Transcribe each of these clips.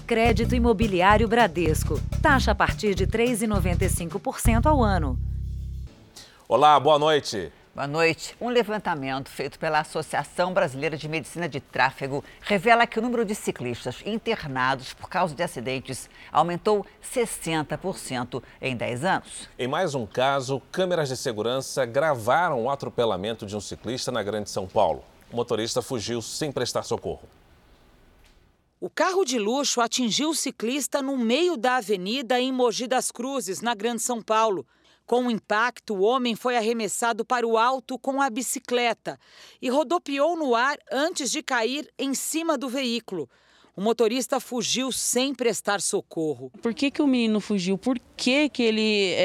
Crédito Imobiliário Bradesco. Taxa a partir de 3,95% ao ano. Olá, boa noite. Boa noite. Um levantamento feito pela Associação Brasileira de Medicina de Tráfego revela que o número de ciclistas internados por causa de acidentes aumentou 60% em 10 anos. Em mais um caso, câmeras de segurança gravaram o atropelamento de um ciclista na Grande São Paulo. O motorista fugiu sem prestar socorro. O carro de luxo atingiu o ciclista no meio da avenida em Mogi das Cruzes, na Grande São Paulo. Com o impacto, o homem foi arremessado para o alto com a bicicleta e rodopiou no ar antes de cair em cima do veículo. O motorista fugiu sem prestar socorro. Por que o menino fugiu? Por que ele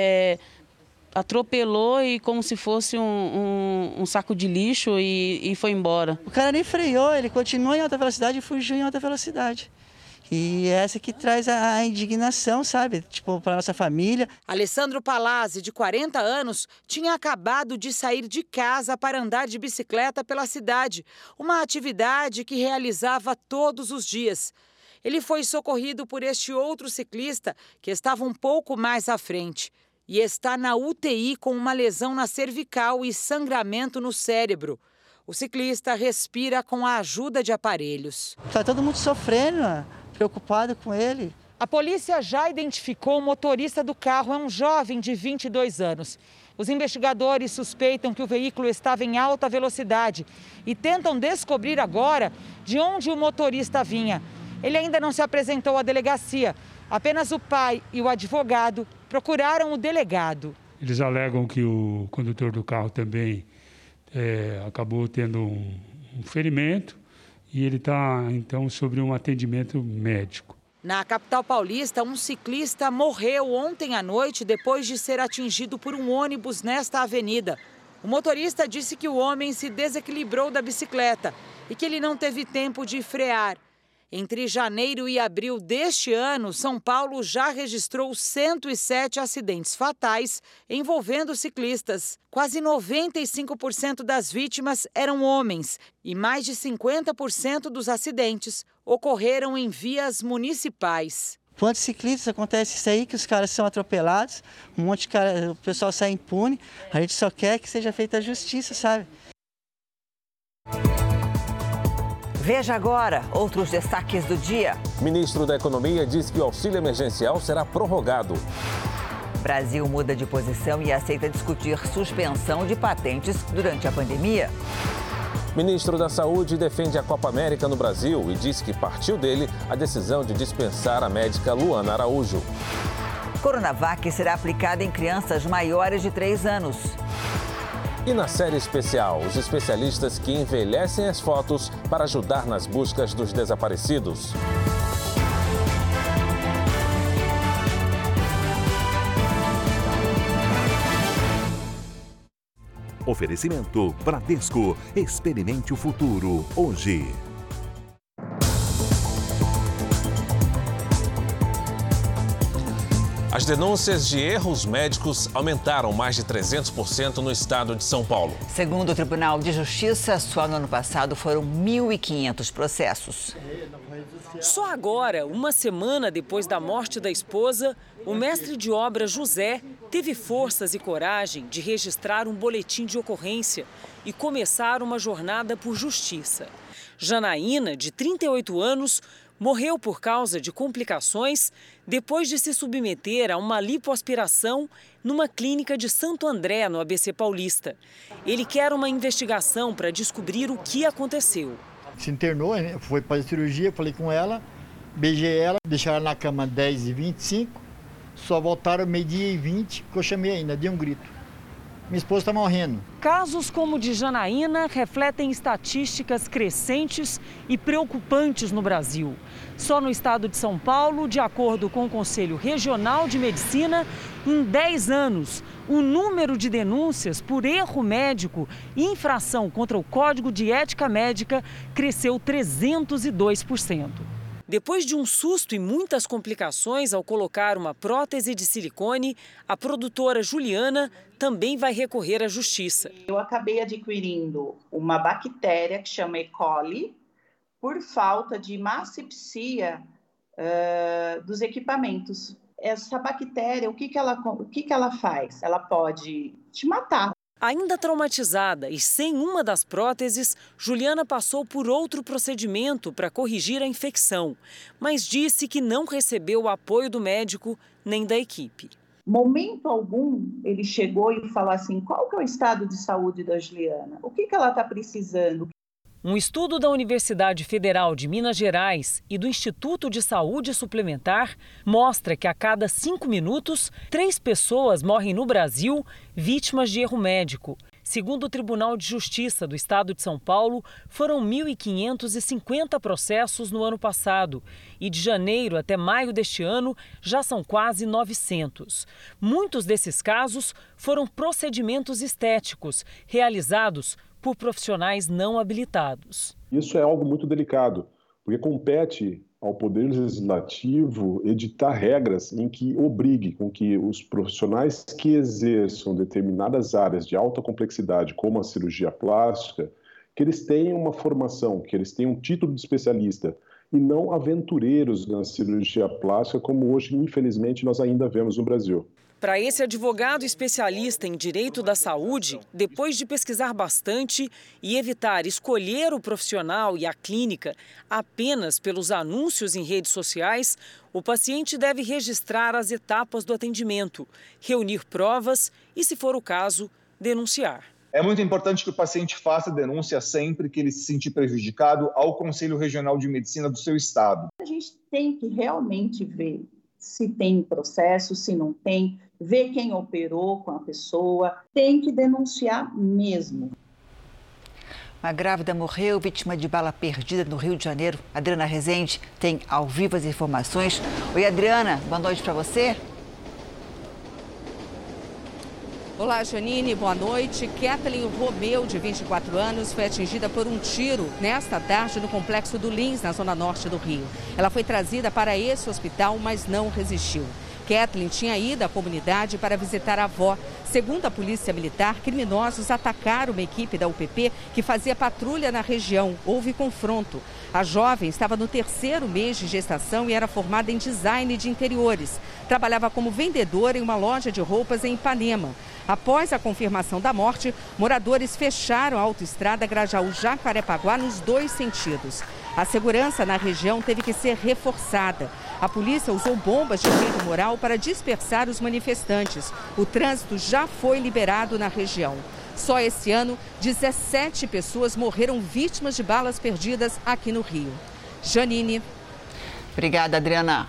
atropelou e como se fosse um saco de lixo e foi embora? O cara nem freou, ele continuou em alta velocidade e fugiu em alta velocidade. E essa que traz a indignação, sabe? Tipo, para nossa família. Alessandro Palazzi, de 40 anos, tinha acabado de sair de casa para andar de bicicleta pela cidade. Uma atividade que realizava todos os dias. Ele foi socorrido por este outro ciclista que estava um pouco mais à frente. E está na UTI com uma lesão na cervical e sangramento no cérebro. O ciclista respira com a ajuda de aparelhos. Tá todo mundo sofrendo, preocupado com ele. A polícia já identificou o motorista do carro, é um jovem de 22 anos. Os investigadores suspeitam que o veículo estava em alta velocidade e tentam descobrir agora de onde o motorista vinha. Ele ainda não se apresentou à delegacia. Apenas o pai e o advogado procuraram o delegado. Eles alegam que o condutor do carro também acabou tendo um ferimento e ele está, então, sobre um atendimento médico. Na capital paulista, um ciclista morreu ontem à noite depois de ser atingido por um ônibus nesta avenida. O motorista disse que o homem se desequilibrou da bicicleta e que ele não teve tempo de frear. Entre janeiro e abril deste ano, São Paulo já registrou 107 acidentes fatais envolvendo ciclistas. Quase 95% das vítimas eram homens e mais de 50% dos acidentes ocorreram em vias municipais. Quantos ciclistas acontece isso aí, que os caras são atropelados, um monte de cara, o pessoal sai impune, a gente só quer que seja feita a justiça, sabe? Veja agora outros destaques do dia. Ministro da Economia diz que o auxílio emergencial será prorrogado. Brasil muda de posição e aceita discutir suspensão de patentes durante a pandemia. Ministro da Saúde defende a Copa América no Brasil e diz que partiu dele a decisão de dispensar a médica Luana Araújo. Coronavac será aplicada em crianças maiores de 3 anos. E na série especial, os especialistas que envelhecem as fotos para ajudar nas buscas dos desaparecidos. Oferecimento Bradesco. Experimente o futuro hoje. As denúncias de erros médicos aumentaram mais de 300% no estado de São Paulo. Segundo o Tribunal de Justiça, só no ano passado foram 1.500 processos. Só agora, uma semana depois da morte da esposa, o mestre de obra José teve forças e coragem de registrar um boletim de ocorrência e começar uma jornada por justiça. Janaína, de 38 anos, morreu por causa de complicações depois de se submeter a uma lipoaspiração numa clínica de Santo André, no ABC Paulista. Ele quer uma investigação para descobrir o que aconteceu. Se internou, foi para a cirurgia, falei com ela, beijei ela, deixaram ela na cama 10h25, só voltaram 12h20, que eu chamei ainda, dei um grito. Minha esposa está morrendo. Casos como o de Janaína refletem estatísticas crescentes e preocupantes no Brasil. Só no estado de São Paulo, de acordo com o Conselho Regional de Medicina, em 10 anos, o número de denúncias por erro médico e infração contra o Código de Ética Médica cresceu 302%. Depois de um susto e muitas complicações ao colocar uma prótese de silicone, a produtora Juliana também vai recorrer à justiça. Eu acabei adquirindo uma bactéria que chama E. coli por falta de uma asepsia dos equipamentos. Essa bactéria, o que ela faz? Ela pode te matar. Ainda traumatizada e sem uma das próteses, Juliana passou por outro procedimento para corrigir a infecção, mas disse que não recebeu o apoio do médico nem da equipe. Momento algum, ele chegou e falou assim, qual que é o estado de saúde da Juliana? O que ela está precisando? Um estudo da Universidade Federal de Minas Gerais e do Instituto de Saúde Suplementar mostra que a cada 5 minutos, 3 pessoas morrem no Brasil vítimas de erro médico. Segundo o Tribunal de Justiça do Estado de São Paulo, foram 1.550 processos no ano passado e de janeiro até maio deste ano já são quase 900. Muitos desses casos foram procedimentos estéticos realizados por profissionais não habilitados. Isso é algo muito delicado, porque compete ao Poder Legislativo editar regras em que obrigue com que os profissionais que exerçam determinadas áreas de alta complexidade, como a cirurgia plástica, que eles tenham uma formação, que eles tenham um título de especialista, e não aventureiros na cirurgia plástica, como hoje, infelizmente, nós ainda vemos no Brasil. Para esse advogado especialista em direito da saúde, depois de pesquisar bastante e evitar escolher o profissional e a clínica apenas pelos anúncios em redes sociais, o paciente deve registrar as etapas do atendimento, reunir provas e, se for o caso, denunciar. É muito importante que o paciente faça denúncia sempre que ele se sentir prejudicado ao Conselho Regional de Medicina do seu estado. A gente tem que realmente ver se tem processo, se não tem, ver quem operou com a pessoa, tem que denunciar mesmo. Uma grávida morreu vítima de bala perdida no Rio de Janeiro. Adriana Rezende tem ao vivo as informações. Oi, Adriana, boa noite para você. Olá, Janine, boa noite. Kathleen Romeu, de 24 anos, foi atingida por um tiro nesta tarde no Complexo do Lins, na zona norte do Rio. Ela foi trazida para esse hospital, mas não resistiu. Kathleen tinha ido à comunidade para visitar a avó. Segundo a Polícia Militar, criminosos atacaram uma equipe da UPP que fazia patrulha na região. Houve confronto. A jovem estava no 3º mês de gestação e era formada em design de interiores. Trabalhava como vendedora em uma loja de roupas em Ipanema. Após a confirmação da morte, moradores fecharam a autoestrada Grajaú-Jacarepaguá nos 2 sentidos. A segurança na região teve que ser reforçada. A polícia usou bombas de efeito moral para dispersar os manifestantes. O trânsito já foi liberado na região. Só esse ano, 17 pessoas morreram vítimas de balas perdidas aqui no Rio. Janine. Obrigada, Adriana.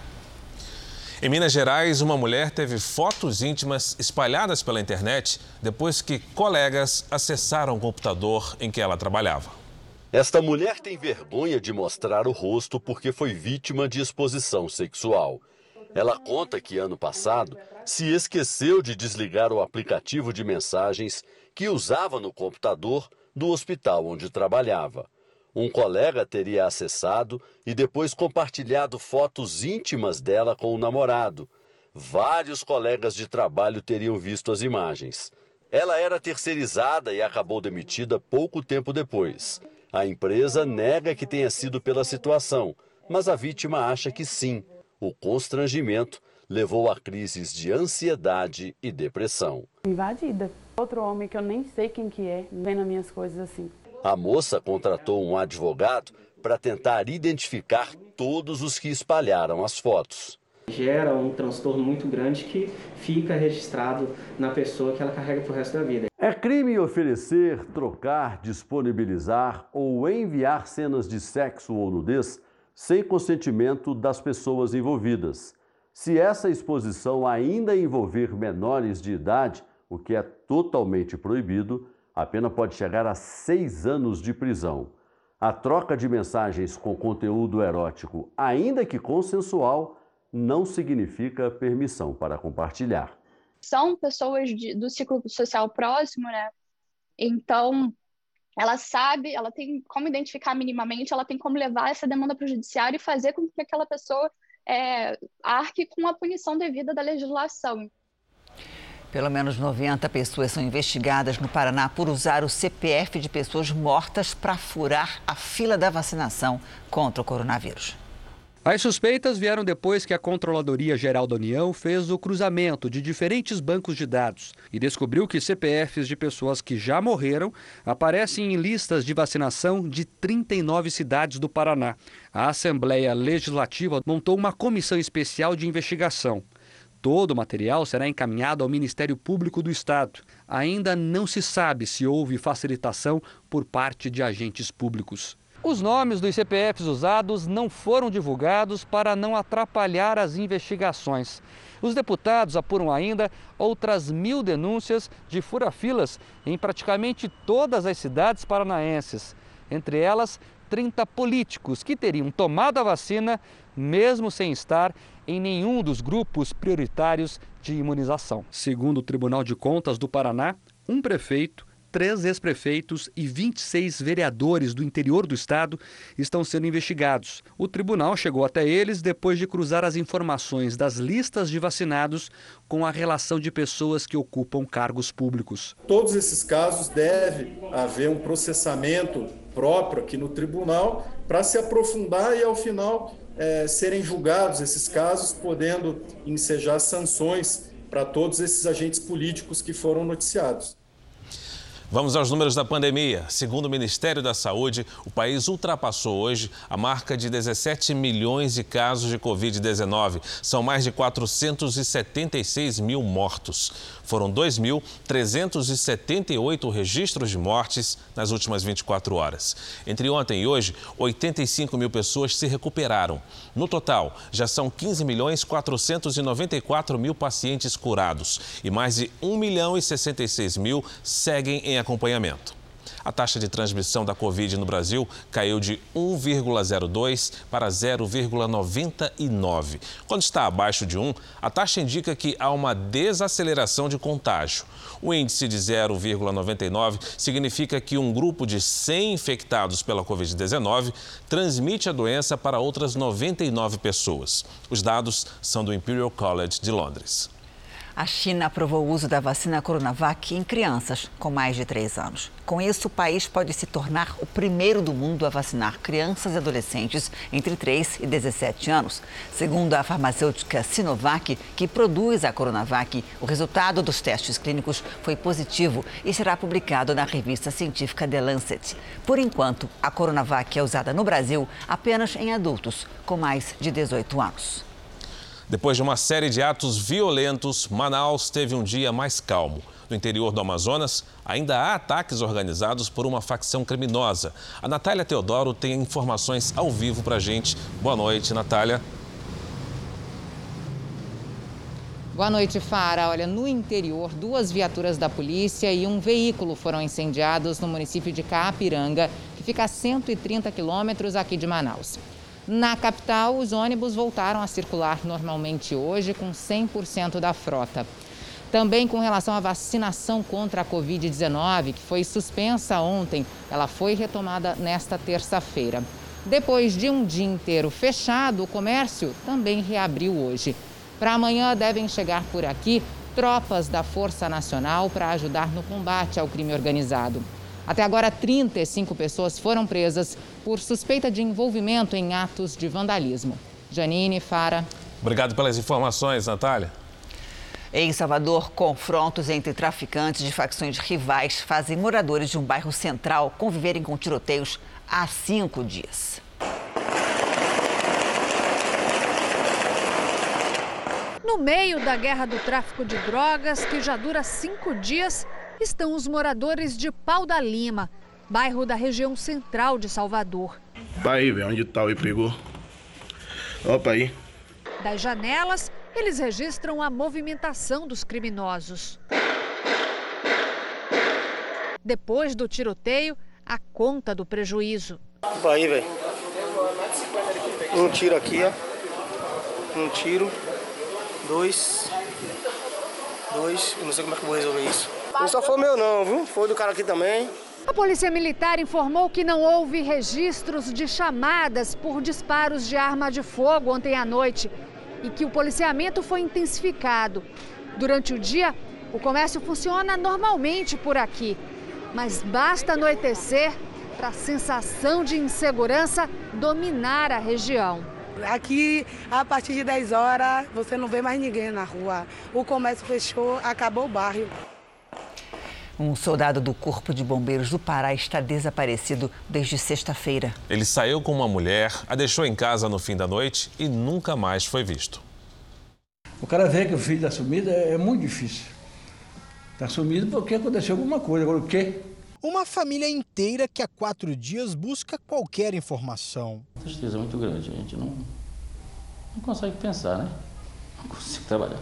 Em Minas Gerais, uma mulher teve fotos íntimas espalhadas pela internet depois que colegas acessaram o computador em que ela trabalhava. Esta mulher tem vergonha de mostrar o rosto porque foi vítima de exposição sexual. Ela conta que ano passado se esqueceu de desligar o aplicativo de mensagens que usava no computador do hospital onde trabalhava. Um colega teria acessado e depois compartilhado fotos íntimas dela com o namorado. Vários colegas de trabalho teriam visto as imagens. Ela era terceirizada e acabou demitida pouco tempo depois. A empresa nega que tenha sido pela situação, mas a vítima acha que sim. O constrangimento levou a crises de ansiedade e depressão. Invadida. Outro homem que eu nem sei quem que é, vendo as minhas coisas assim. A moça contratou um advogado para tentar identificar todos os que espalharam as fotos. Gera um transtorno muito grande que fica registrado na pessoa que ela carrega para o resto da vida. É crime oferecer, trocar, disponibilizar ou enviar cenas de sexo ou nudez sem consentimento das pessoas envolvidas. Se essa exposição ainda envolver menores de idade, o que é totalmente proibido, a pena pode chegar a 6 anos de prisão. A troca de mensagens com conteúdo erótico, ainda que consensual, não significa permissão para compartilhar. São pessoas do ciclo social próximo, né? Então, ela sabe, ela tem como identificar minimamente, ela tem como levar essa demanda para o judiciário e fazer com que aquela pessoa arque com a punição devida da legislação. Pelo menos 90 pessoas são investigadas no Paraná por usar o CPF de pessoas mortas para furar a fila da vacinação contra o coronavírus. As suspeitas vieram depois que a Controladoria Geral da União fez o cruzamento de diferentes bancos de dados e descobriu que CPFs de pessoas que já morreram aparecem em listas de vacinação de 39 cidades do Paraná. A Assembleia Legislativa montou uma comissão especial de investigação. Todo o material será encaminhado ao Ministério Público do Estado. Ainda não se sabe se houve facilitação por parte de agentes públicos. Os nomes dos CPFs usados não foram divulgados para não atrapalhar as investigações. Os deputados apuram ainda outras 1.000 denúncias de fura-filas em praticamente todas as cidades paranaenses. Entre elas, 30 políticos que teriam tomado a vacina mesmo sem estar em nenhum dos grupos prioritários de imunização. Segundo o Tribunal de Contas do Paraná, um prefeito, 3 ex-prefeitos e 26 vereadores do interior do estado estão sendo investigados. O tribunal chegou até eles depois de cruzar as informações das listas de vacinados com a relação de pessoas que ocupam cargos públicos. Todos esses casos deve haver um processamento próprio aqui no tribunal para se aprofundar e, ao final, serem julgados esses casos, podendo ensejar sanções para todos esses agentes políticos que foram noticiados. Vamos aos números da pandemia. Segundo o Ministério da Saúde, o país ultrapassou hoje a marca de 17 milhões de casos de Covid-19. São mais de 476 mil mortos. Foram 2.378 registros de mortes nas últimas 24 horas. Entre ontem e hoje, 85 mil pessoas se recuperaram. No total, já são 15.494 mil pacientes curados e mais de 1.066.000 seguem em acompanhamento. A taxa de transmissão da Covid no Brasil caiu de 1,02 para 0,99. Quando está abaixo de 1, a taxa indica que há uma desaceleração de contágio. O índice de 0,99 significa que um grupo de 100 infectados pela Covid-19 transmite a doença para outras 99 pessoas. Os dados são do Imperial College de Londres. A China aprovou o uso da vacina Coronavac em crianças com mais de 3 anos. Com isso, o país pode se tornar o primeiro do mundo a vacinar crianças e adolescentes entre 3 e 17 anos. Segundo a farmacêutica Sinovac, que produz a Coronavac, o resultado dos testes clínicos foi positivo e será publicado na revista científica The Lancet. Por enquanto, a Coronavac é usada no Brasil apenas em adultos com mais de 18 anos. Depois de uma série de atos violentos, Manaus teve um dia mais calmo. No interior do Amazonas, ainda há ataques organizados por uma facção criminosa. A Natália Teodoro tem informações ao vivo para a gente. Boa noite, Natália. Boa noite, Fara. Olha, no interior, 2 viaturas da polícia e um veículo foram incendiados no município de Caapiranga, que fica a 130 quilômetros aqui de Manaus. Na capital, os ônibus voltaram a circular normalmente hoje, com 100% da frota. Também com relação à vacinação contra a Covid-19, que foi suspensa ontem, ela foi retomada nesta terça-feira. Depois de um dia inteiro fechado, o comércio também reabriu hoje. Para amanhã devem chegar por aqui tropas da Força Nacional para ajudar no combate ao crime organizado. Até agora, 35 pessoas foram presas por suspeita de envolvimento em atos de vandalismo. Janine, Fara. Obrigado pelas informações, Natália. Em Salvador, confrontos entre traficantes de facções rivais fazem moradores de um bairro central conviverem com tiroteios há 5 dias. No meio da guerra do tráfico de drogas, que já dura 5 dias, estão os moradores de Pau da Lima, bairro da região central de Salvador. Vai aí, velho, onde tá e pegou. Opa aí. Das janelas, eles registram a movimentação dos criminosos. Depois do tiroteio, a conta do prejuízo. Vai aí, velho. Um tiro aqui, ó. Um tiro. 2. Eu não sei como é que eu vou resolver isso. Não só foi meu não, viu? Foi do cara aqui também. A Polícia Militar informou que não houve registros de chamadas por disparos de arma de fogo ontem à noite e que o policiamento foi intensificado. Durante o dia, o comércio funciona normalmente por aqui, mas basta anoitecer para a sensação de insegurança dominar a região. Aqui, a partir de 10 horas, você não vê mais ninguém na rua. O comércio fechou, acabou o bairro. Um soldado do Corpo de Bombeiros do Pará está desaparecido desde sexta-feira. Ele saiu com uma mulher, a deixou em casa no fim da noite e nunca mais foi visto. O cara vê que o filho está sumido é muito difícil. Está sumido porque aconteceu alguma coisa. Agora o quê? Uma família inteira que há 4 dias busca qualquer informação. Tristeza muito grande, a gente não consegue pensar, né? Não consigo trabalhar.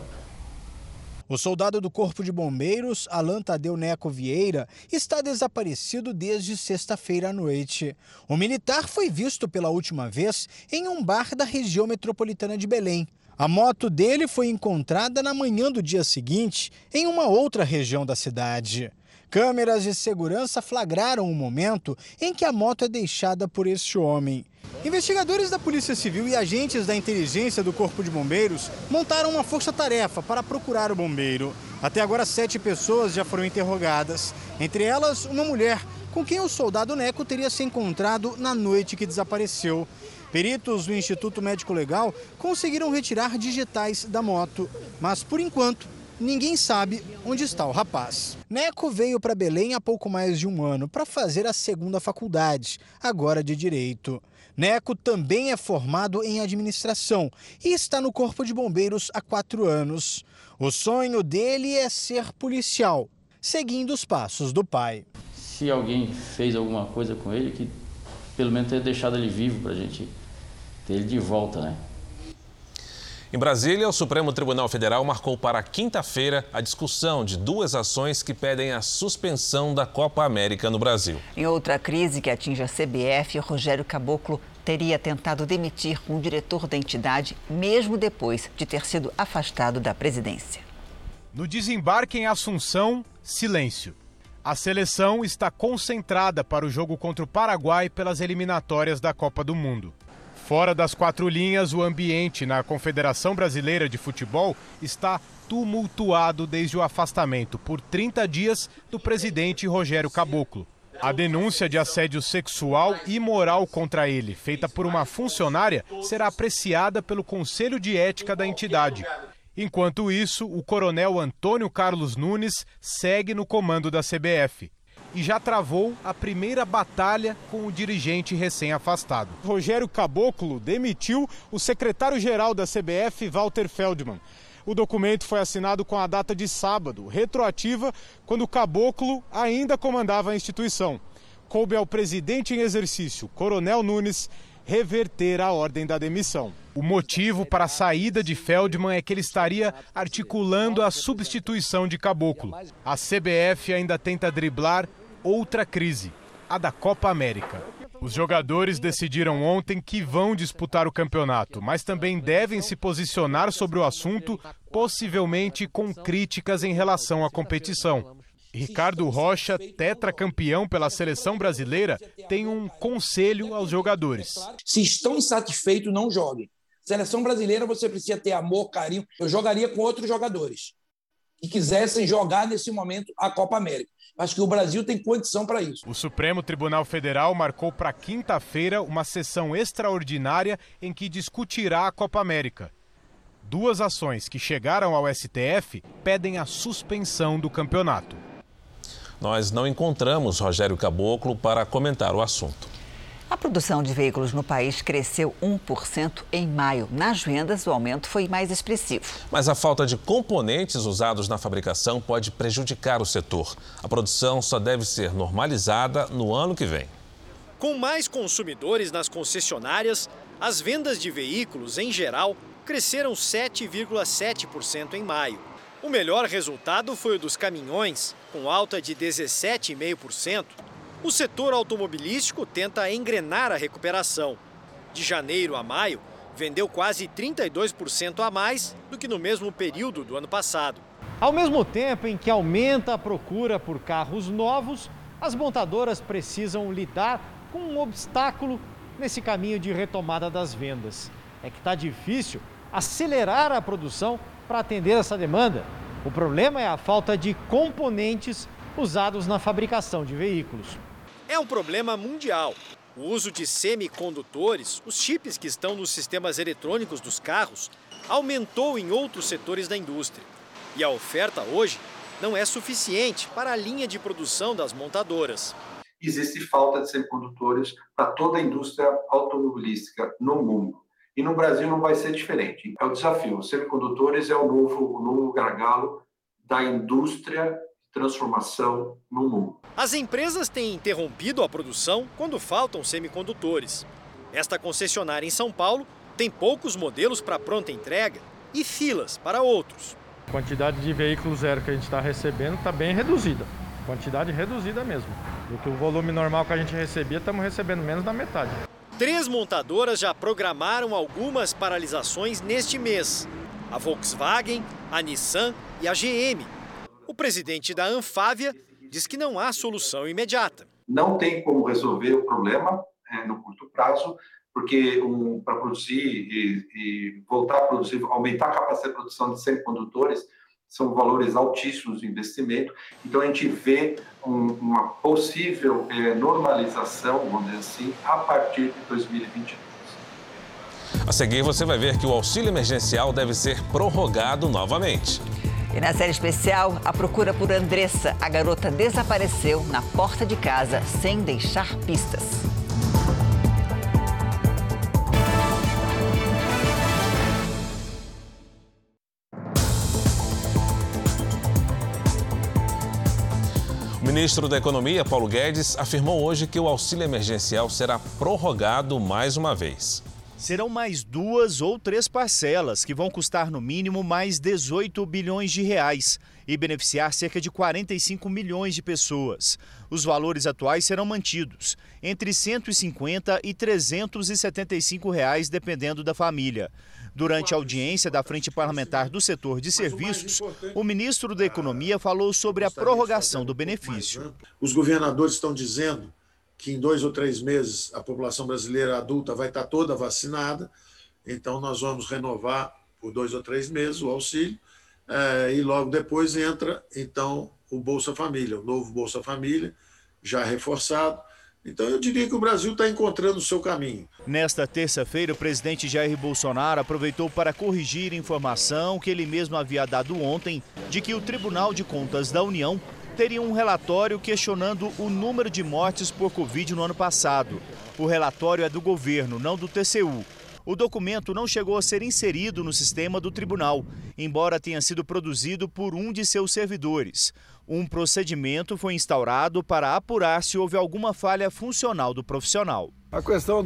O soldado do Corpo de Bombeiros, Alan Tadeu Neco Vieira, está desaparecido desde sexta-feira à noite. O militar foi visto pela última vez em um bar da região metropolitana de Belém. A moto dele foi encontrada na manhã do dia seguinte, em uma outra região da cidade. Câmeras de segurança flagraram o momento em que a moto é deixada por este homem. Investigadores da Polícia Civil e agentes da inteligência do Corpo de Bombeiros montaram uma força-tarefa para procurar o bombeiro. Até agora, 7 pessoas já foram interrogadas, entre elas uma mulher com quem o soldado Neco teria se encontrado na noite que desapareceu. Peritos do Instituto Médico Legal conseguiram retirar digitais da moto, mas por enquanto ninguém sabe onde está o rapaz. Neco veio para Belém há pouco mais de um ano para fazer a segunda faculdade, agora de Direito. Neco também é formado em administração e está no Corpo de Bombeiros há 4 anos. O sonho dele é ser policial, seguindo os passos do pai. Se alguém fez alguma coisa com ele, que pelo menos tenha deixado ele vivo para a gente ter ele de volta, né? Em Brasília, o Supremo Tribunal Federal marcou para quinta-feira a discussão de 2 ações que pedem a suspensão da Copa América no Brasil. Em outra crise que atinge a CBF, Rogério Caboclo teria tentado demitir um diretor da entidade, mesmo depois de ter sido afastado da presidência. No desembarque em Assunção, silêncio. A seleção está concentrada para o jogo contra o Paraguai pelas eliminatórias da Copa do Mundo. Fora das 4 linhas, o ambiente na Confederação Brasileira de Futebol está tumultuado desde o afastamento por 30 dias do presidente Rogério Caboclo. A denúncia de assédio sexual e moral contra ele, feita por uma funcionária, será apreciada pelo Conselho de Ética da entidade. Enquanto isso, o coronel Antônio Carlos Nunes segue no comando da CBF. E já travou a primeira batalha com o dirigente recém-afastado. Rogério Caboclo demitiu o secretário-geral da CBF, Walter Feldman. O documento foi assinado com a data de sábado, retroativa, quando Caboclo ainda comandava a instituição. Coube ao presidente em exercício, Coronel Nunes, reverter a ordem da demissão. O motivo para a saída de Feldman é que ele estaria articulando a substituição de Caboclo. A CBF ainda tenta driblar outra crise, a da Copa América. Os jogadores decidiram ontem que vão disputar o campeonato, mas também devem se posicionar sobre o assunto, possivelmente com críticas em relação à competição. Ricardo Rocha, tetracampeão pela seleção brasileira, tem um conselho aos jogadores. Se estão insatisfeitos, não joguem. Seleção brasileira, você precisa ter amor, carinho. Eu jogaria com outros jogadores que quisessem jogar nesse momento a Copa América. Acho que o Brasil tem condição para isso. O Supremo Tribunal Federal marcou para quinta-feira uma sessão extraordinária em que discutirá a Copa América. 2 ações que chegaram ao STF pedem a suspensão do campeonato. Nós não encontramos Rogério Caboclo para comentar o assunto. A produção de veículos no país cresceu 1% em maio. Nas vendas, o aumento foi mais expressivo. Mas a falta de componentes usados na fabricação pode prejudicar o setor. A produção só deve ser normalizada no ano que vem. Com mais consumidores nas concessionárias, as vendas de veículos, em geral, cresceram 7,7% em maio. O melhor resultado foi o dos caminhões, com alta de 17,5%. O setor automobilístico tenta engrenar a recuperação. De janeiro a maio, vendeu quase 32% a mais do que no mesmo período do ano passado. Ao mesmo tempo em que aumenta a procura por carros novos, as montadoras precisam lidar com um obstáculo nesse caminho de retomada das vendas. É que está difícil acelerar a produção para atender essa demanda. O problema é a falta de componentes usados na fabricação de veículos. É um problema mundial. O uso de semicondutores, os chips que estão nos sistemas eletrônicos dos carros, aumentou em outros setores da indústria. E a oferta hoje não é suficiente para a linha de produção das montadoras. Existe falta de semicondutores para toda a indústria automobilística no mundo. E no Brasil não vai ser diferente. É o desafio. Os semicondutores é o novo gargalo da indústria de transformação no mundo. As empresas têm interrompido a produção quando faltam semicondutores. Esta concessionária em São Paulo tem poucos modelos para pronta entrega e filas para outros. A quantidade de veículos zero que a gente está recebendo está bem reduzida. Quantidade reduzida mesmo. Do que o volume normal que a gente recebia, estamos recebendo menos da metade. 3 montadoras já programaram algumas paralisações neste mês. A Volkswagen, a Nissan e a GM. O presidente da Anfávia diz que não há solução imediata. Não tem como resolver o problema no curto prazo, porque para produzir e voltar a produzir, aumentar a capacidade de produção de semicondutores, são valores altíssimos de investimento. Então, a gente vê uma possível normalização, vamos dizer assim, a partir de 2022. A seguir, você vai ver que o auxílio emergencial deve ser prorrogado novamente. E na série especial, a procura por Andressa. A garota desapareceu na porta de casa sem deixar pistas. O ministro da Economia, Paulo Guedes, afirmou hoje que o auxílio emergencial será prorrogado mais uma vez. Serão mais 2 ou 3 parcelas que vão custar no mínimo mais 18 bilhões de reais e beneficiar cerca de 45 milhões de pessoas. Os valores atuais serão mantidos, entre R$ 150 e R$ 375, dependendo da família. Durante a audiência da Frente Parlamentar do Setor de Serviços, o ministro da Economia falou sobre a prorrogação do benefício. Os governadores estão dizendo que em 2 ou 3 meses a população brasileira adulta vai estar toda vacinada, então nós vamos renovar por 2 ou 3 meses o auxílio e logo depois entra então o Bolsa Família, o novo Bolsa Família, já reforçado. Então eu diria que o Brasil está encontrando o seu caminho. Nesta terça-feira, o presidente Jair Bolsonaro aproveitou para corrigir informação que ele mesmo havia dado ontem de que o Tribunal de Contas da União teria um relatório questionando o número de mortes por Covid no ano passado. O relatório é do governo, não do TCU. O documento não chegou a ser inserido no sistema do tribunal, embora tenha sido produzido por um de seus servidores. Um procedimento foi instaurado para apurar se houve alguma falha funcional do profissional. A questão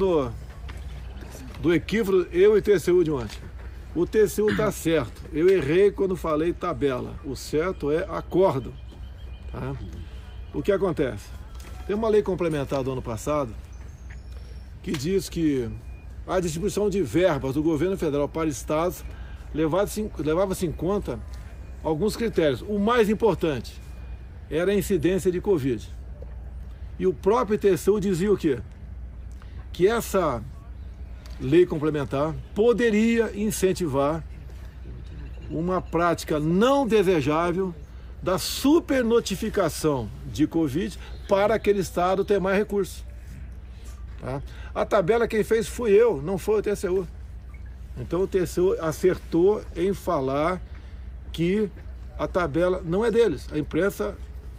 do equívoco, eu e TCU de ontem. O TCU está certo. Eu errei quando falei tabela. O certo é acordo. Tá? O que acontece? Tem uma lei complementar do ano passado que diz que a distribuição de verbas do governo federal para estados levava-se em conta alguns critérios. O mais importante era a incidência de Covid. E o próprio TCU dizia o quê? Que essa lei complementar poderia incentivar uma prática não desejável da supernotificação de Covid para aquele estado ter mais recursos. Tá? A tabela quem fez fui eu, não foi o TCU. Então o TCU acertou em falar que a tabela não é deles. A imprensa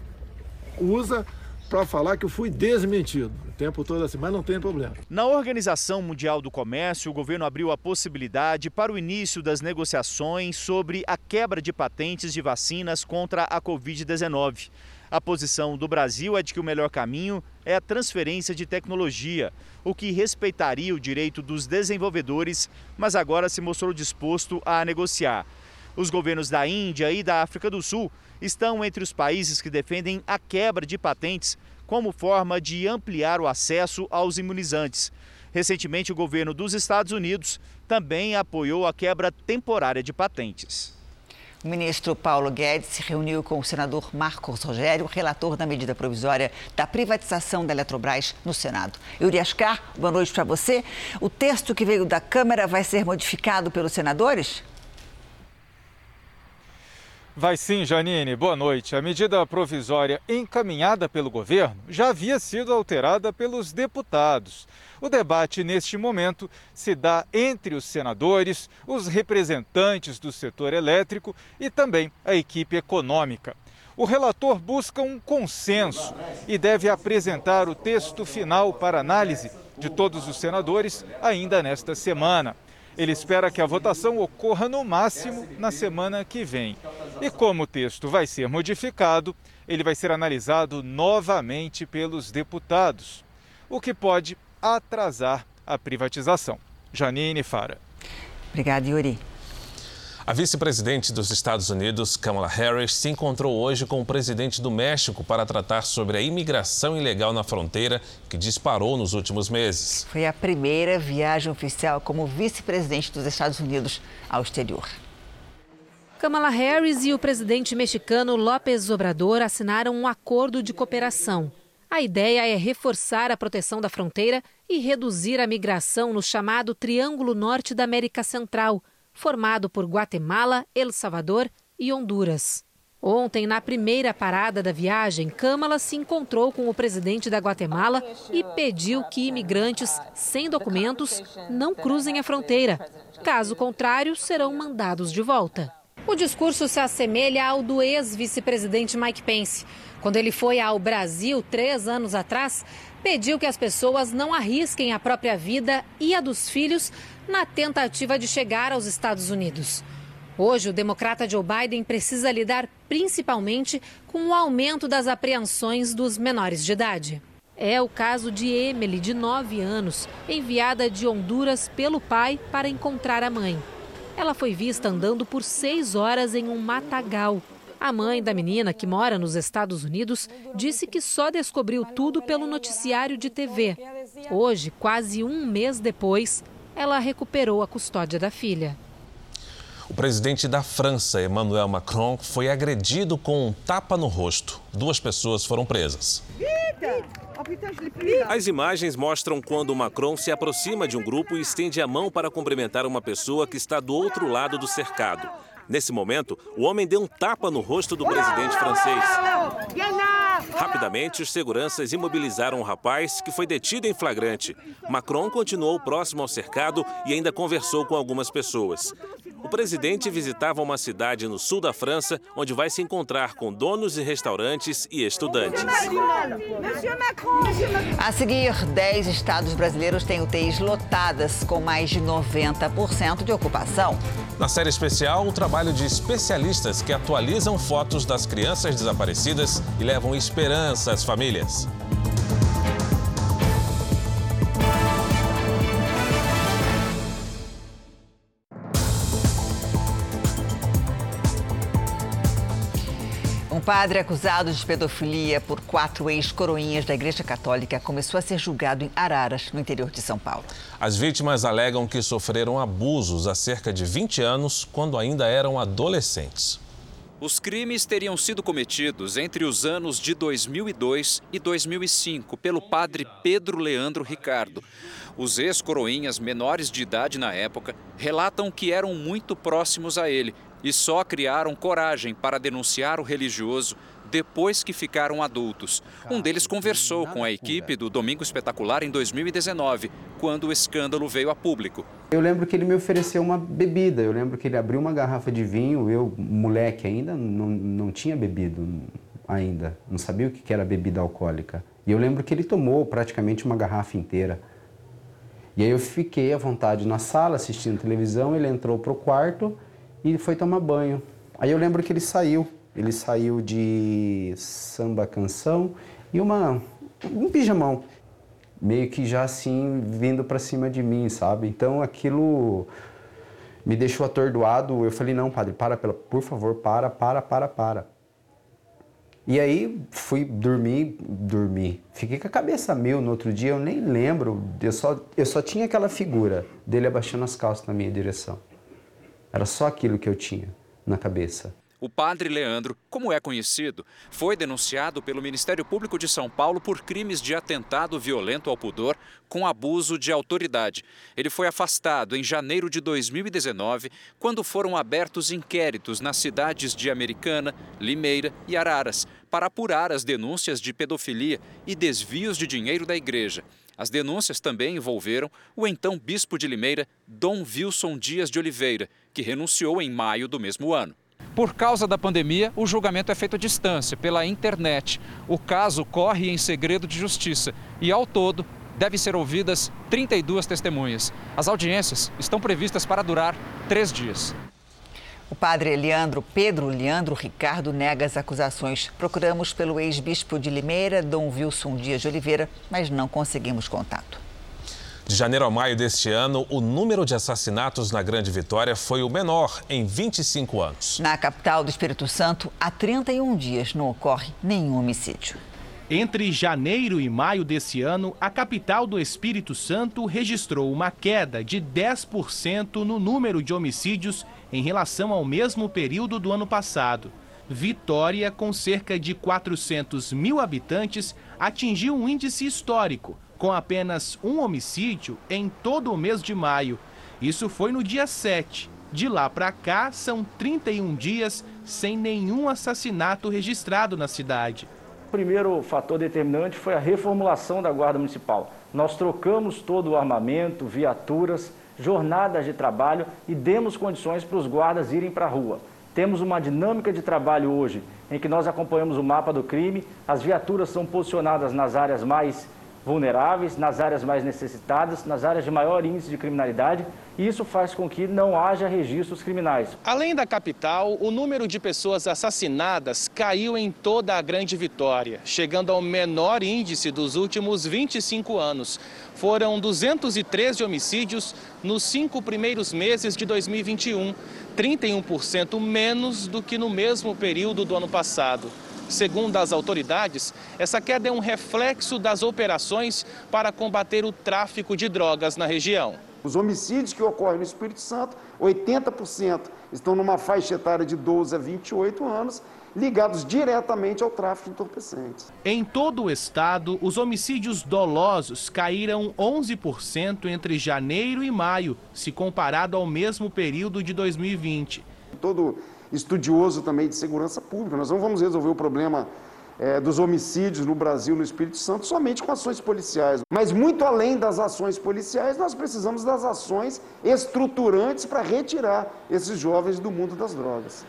usa para falar que eu fui desmentido. O tempo todo assim, mas não tem problema. Na Organização Mundial do Comércio, o governo abriu a possibilidade para o início das negociações sobre a quebra de patentes de vacinas contra a Covid-19. A posição do Brasil é de que o melhor caminho é a transferência de tecnologia, o que respeitaria o direito dos desenvolvedores, mas agora se mostrou disposto a negociar. Os governos da Índia e da África do Sul estão entre os países que defendem a quebra de patentes como forma de ampliar o acesso aos imunizantes. Recentemente, o governo dos Estados Unidos também apoiou a quebra temporária de patentes. O ministro Paulo Guedes se reuniu com o senador Marcos Rogério, relator da medida provisória da privatização da Eletrobras no Senado. Yuri Ascar, boa noite para você. O texto que veio da Câmara vai ser modificado pelos senadores? Vai sim, Janine. Boa noite. A medida provisória encaminhada pelo governo já havia sido alterada pelos deputados. O debate, neste momento, se dá entre os senadores, os representantes do setor elétrico e também a equipe econômica. O relator busca um consenso e deve apresentar o texto final para análise de todos os senadores ainda nesta semana. Ele espera que a votação ocorra no máximo na semana que vem. E como o texto vai ser modificado, ele vai ser analisado novamente pelos deputados, o que pode atrasar a privatização. Janine, Fara. Obrigada, Yuri. A vice-presidente dos Estados Unidos, Kamala Harris, se encontrou hoje com o presidente do México para tratar sobre a imigração ilegal na fronteira, que disparou nos últimos meses. Foi a primeira viagem oficial como vice-presidente dos Estados Unidos ao exterior. Kamala Harris e o presidente mexicano López Obrador assinaram um acordo de cooperação. A ideia é reforçar a proteção da fronteira e reduzir a migração no chamado Triângulo Norte da América Central, formado por Guatemala, El Salvador e Honduras. Ontem, na primeira parada da viagem, Kamala se encontrou com o presidente da Guatemala e pediu que imigrantes sem documentos não cruzem a fronteira. Caso contrário, serão mandados de volta. O discurso se assemelha ao do ex-vice-presidente Mike Pence. Quando ele foi ao Brasil 3 anos atrás, pediu que as pessoas não arrisquem a própria vida e a dos filhos na tentativa de chegar aos Estados Unidos. Hoje, o democrata Joe Biden precisa lidar principalmente com o aumento das apreensões dos menores de idade. É o caso de Emily, de 9 anos, enviada de Honduras pelo pai para encontrar a mãe. Ela foi vista andando por 6 horas em um matagal. A mãe da menina, que mora nos Estados Unidos, disse que só descobriu tudo pelo noticiário de TV. Hoje, quase um mês depois, ela recuperou a custódia da filha. O presidente da França, Emmanuel Macron, foi agredido com um tapa no rosto. 2 pessoas foram presas. As imagens mostram quando Macron se aproxima de um grupo e estende a mão para cumprimentar uma pessoa que está do outro lado do cercado. Nesse momento, o homem deu um tapa no rosto do presidente francês. Rapidamente, os seguranças imobilizaram o rapaz, que foi detido em flagrante. Macron continuou próximo ao cercado e ainda conversou com algumas pessoas. O presidente visitava uma cidade no sul da França, onde vai se encontrar com donos de restaurantes e estudantes. A seguir, 10 estados brasileiros têm UTIs lotadas, com mais de 90% de ocupação. Na série especial, o trabalho de especialistas que atualizam fotos das crianças desaparecidas e levam esperança às famílias. Um padre acusado de pedofilia por 4 ex-coroinhas da Igreja Católica começou a ser julgado em Araras, no interior de São Paulo. As vítimas alegam que sofreram abusos há cerca de 20 anos, quando ainda eram adolescentes. Os crimes teriam sido cometidos entre os anos de 2002 e 2005 pelo padre Pedro Leandro Ricardo. Os ex-coroinhas menores de idade na época relatam que eram muito próximos a ele e só criaram coragem para denunciar o religioso depois que ficaram adultos. Um deles conversou com a equipe do Domingo Espetacular em 2019, quando o escândalo veio a público. Eu lembro que ele me ofereceu uma bebida, eu lembro que ele abriu uma garrafa de vinho, eu, moleque ainda, não tinha bebido ainda, não sabia o que era bebida alcoólica. E eu lembro que ele tomou praticamente uma garrafa inteira. E aí eu fiquei à vontade na sala assistindo televisão, ele entrou pro quarto e foi tomar banho. Aí eu lembro que ele saiu de samba canção e um pijamão, meio que já assim vindo para cima de mim, sabe? Então aquilo me deixou atordoado. Eu falei, não, padre, por favor, para. E aí fui dormir. Fiquei com a cabeça mil no outro dia, eu nem lembro, eu só tinha aquela figura dele abaixando as calças na minha direção. Era só aquilo que eu tinha na cabeça. O padre Leandro, como é conhecido, foi denunciado pelo Ministério Público de São Paulo por crimes de atentado violento ao pudor com abuso de autoridade. Ele foi afastado em janeiro de 2019, quando foram abertos inquéritos nas cidades de Americana, Limeira e Araras, para apurar as denúncias de pedofilia e desvios de dinheiro da igreja. As denúncias também envolveram o então bispo de Limeira, Dom Wilson Dias de Oliveira, que renunciou em maio do mesmo ano. Por causa da pandemia, o julgamento é feito à distância, pela internet. O caso corre em segredo de justiça e, ao todo, devem ser ouvidas 32 testemunhas. As audiências estão previstas para durar 3 dias. O padre Pedro Leandro Ricardo nega as acusações. Procuramos pelo ex-bispo de Limeira, Dom Wilson Dias de Oliveira, mas não conseguimos contato. De janeiro a maio deste ano, o número de assassinatos na Grande Vitória foi o menor em 25 anos. Na capital do Espírito Santo, há 31 dias não ocorre nenhum homicídio. Entre janeiro e maio desse ano, a capital do Espírito Santo registrou uma queda de 10% no número de homicídios em relação ao mesmo período do ano passado. Vitória, com cerca de 400 mil habitantes, atingiu um índice histórico, com apenas um homicídio em todo o mês de maio. Isso foi no dia 7. De lá para cá, são 31 dias sem nenhum assassinato registrado na cidade. O primeiro fator determinante foi a reformulação da Guarda Municipal. Nós trocamos todo o armamento, viaturas, jornadas de trabalho e demos condições para os guardas irem para a rua. Temos uma dinâmica de trabalho hoje em que nós acompanhamos o mapa do crime, as viaturas são posicionadas nas áreas mais vulneráveis, nas áreas mais necessitadas, nas áreas de maior índice de criminalidade, e isso faz com que não haja registros criminais. Além da capital, o número de pessoas assassinadas caiu em toda a Grande Vitória, chegando ao menor índice dos últimos 25 anos. Foram 213 homicídios nos 5 primeiros meses de 2021, 31% menos do que no mesmo período do ano passado. Segundo as autoridades, essa queda é um reflexo das operações para combater o tráfico de drogas na região. Os homicídios que ocorrem no Espírito Santo, 80% estão numa faixa etária de 12 a 28 anos, ligados diretamente ao tráfico de entorpecentes. Em todo o estado, os homicídios dolosos caíram 11% entre janeiro e maio, se comparado ao mesmo período de 2020. Todo estudioso também de segurança pública, nós não vamos resolver o problema dos homicídios no Brasil, no Espírito Santo, somente com ações policiais. Mas muito além das ações policiais, nós precisamos das ações estruturantes para retirar esses jovens do mundo das drogas.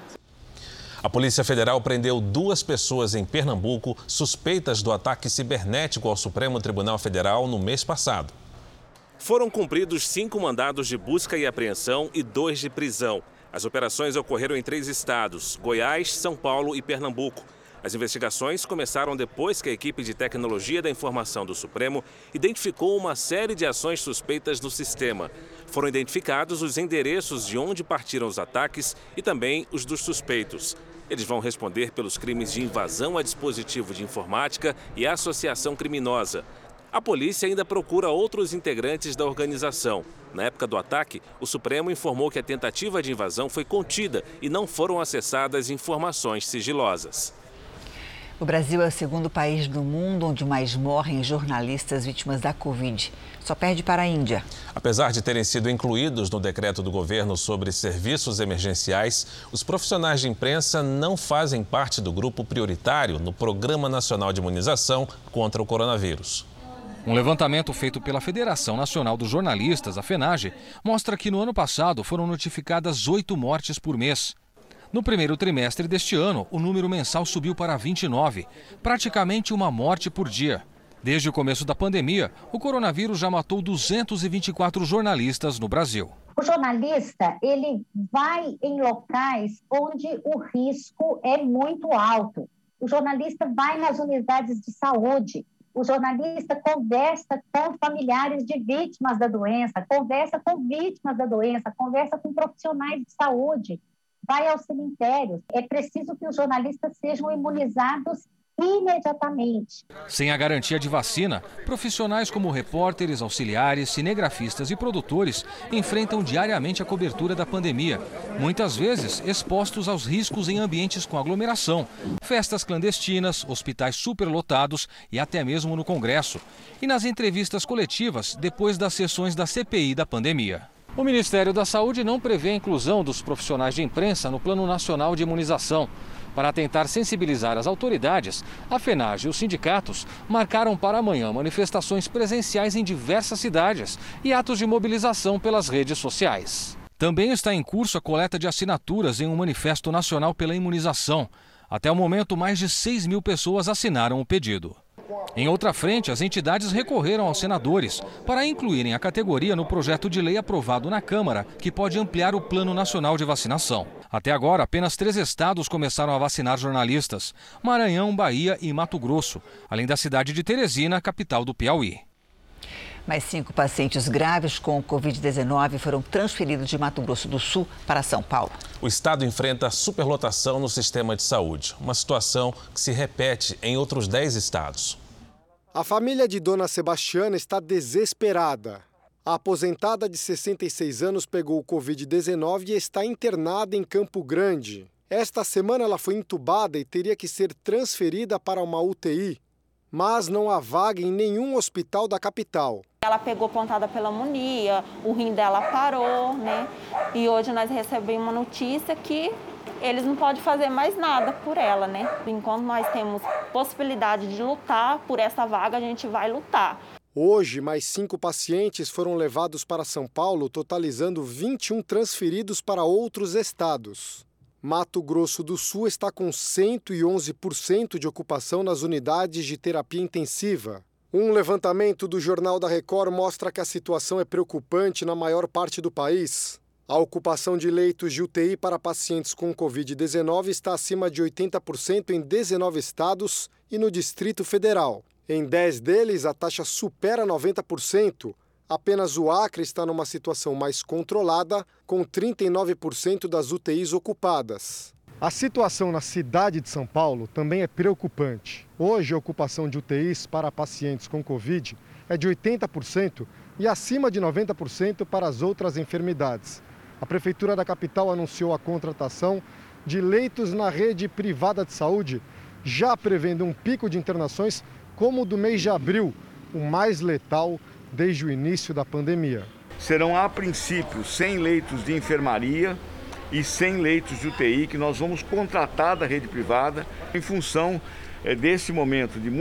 A Polícia Federal prendeu 2 pessoas em Pernambuco suspeitas do ataque cibernético ao Supremo Tribunal Federal no mês passado. Foram cumpridos 5 mandados de busca e apreensão e 2 de prisão. As operações ocorreram em 3 estados, Goiás, São Paulo e Pernambuco. As investigações começaram depois que a equipe de tecnologia da informação do Supremo identificou uma série de ações suspeitas no sistema. Foram identificados os endereços de onde partiram os ataques e também os dos suspeitos. Eles vão responder pelos crimes de invasão a dispositivo de informática e associação criminosa. A polícia ainda procura outros integrantes da organização. Na época do ataque, o Supremo informou que a tentativa de invasão foi contida e não foram acessadas informações sigilosas. O Brasil é o segundo país do mundo onde mais morrem jornalistas vítimas da Covid. Só perde para a Índia. Apesar de terem sido incluídos no decreto do governo sobre serviços emergenciais, os profissionais de imprensa não fazem parte do grupo prioritário no Programa Nacional de Imunização contra o coronavírus. Um levantamento feito pela Federação Nacional dos Jornalistas, a FENAGE, mostra que no ano passado foram notificadas 8 mortes por mês. No primeiro trimestre deste ano, o número mensal subiu para 29, praticamente uma morte por dia. Desde o começo da pandemia, o coronavírus já matou 224 jornalistas no Brasil. O jornalista, ele vai em locais onde o risco é muito alto. O jornalista vai nas unidades de saúde. O jornalista conversa com familiares de vítimas da doença, conversa com vítimas da doença, conversa com profissionais de saúde, vai aos cemitérios. É preciso que os jornalistas sejam imunizados imediatamente. Sem a garantia de vacina, profissionais como repórteres, auxiliares, cinegrafistas e produtores enfrentam diariamente a cobertura da pandemia, muitas vezes expostos aos riscos em ambientes com aglomeração, festas clandestinas, hospitais superlotados e até mesmo no Congresso, e nas entrevistas coletivas depois das sessões da CPI da pandemia. O Ministério da Saúde não prevê a inclusão dos profissionais de imprensa no Plano Nacional de Imunização. Para tentar sensibilizar as autoridades, a FENAGE e os sindicatos marcaram para amanhã manifestações presenciais em diversas cidades e atos de mobilização pelas redes sociais. Também está em curso a coleta de assinaturas em um manifesto nacional pela imunização. Até o momento, mais de 6 mil pessoas assinaram o pedido. Em outra frente, as entidades recorreram aos senadores para incluírem a categoria no projeto de lei aprovado na Câmara, que pode ampliar o Plano Nacional de Vacinação. Até agora, apenas 3 estados começaram a vacinar jornalistas: Maranhão, Bahia e Mato Grosso, além da cidade de Teresina, capital do Piauí. Mais 5 pacientes graves com Covid-19 foram transferidos de Mato Grosso do Sul para São Paulo. O estado enfrenta superlotação no sistema de saúde, uma situação que se repete em outros 10 estados. A família de Dona Sebastiana está desesperada. A aposentada de 66 anos pegou o Covid-19 e está internada em Campo Grande. Esta semana ela foi entubada e teria que ser transferida para uma UTI. Mas não há vaga em nenhum hospital da capital. Ela pegou pontada pela pneumonia, o rim dela parou, né? E hoje nós recebemos uma notícia que eles não podem fazer mais nada por ela, né? Enquanto nós temos possibilidade de lutar por essa vaga, a gente vai lutar. Hoje, mais 5 pacientes foram levados para São Paulo, totalizando 21 transferidos para outros estados. Mato Grosso do Sul está com 111% de ocupação nas unidades de terapia intensiva. Um levantamento do Jornal da Record mostra que a situação é preocupante na maior parte do país. A ocupação de leitos de UTI para pacientes com Covid-19 está acima de 80% em 19 estados e no Distrito Federal. Em 10 deles, a taxa supera 90%. Apenas o Acre está numa situação mais controlada, com 39% das UTIs ocupadas. A situação na cidade de São Paulo também é preocupante. Hoje, a ocupação de UTIs para pacientes com Covid é de 80% e acima de 90% para as outras enfermidades. A Prefeitura da capital anunciou a contratação de leitos na rede privada de saúde, já prevendo um pico de internações como o do mês de abril, o mais letal desde o início da pandemia. Serão, a princípio, 100 leitos de enfermaria e 100 leitos de UTI que nós vamos contratar da rede privada em função desse momento de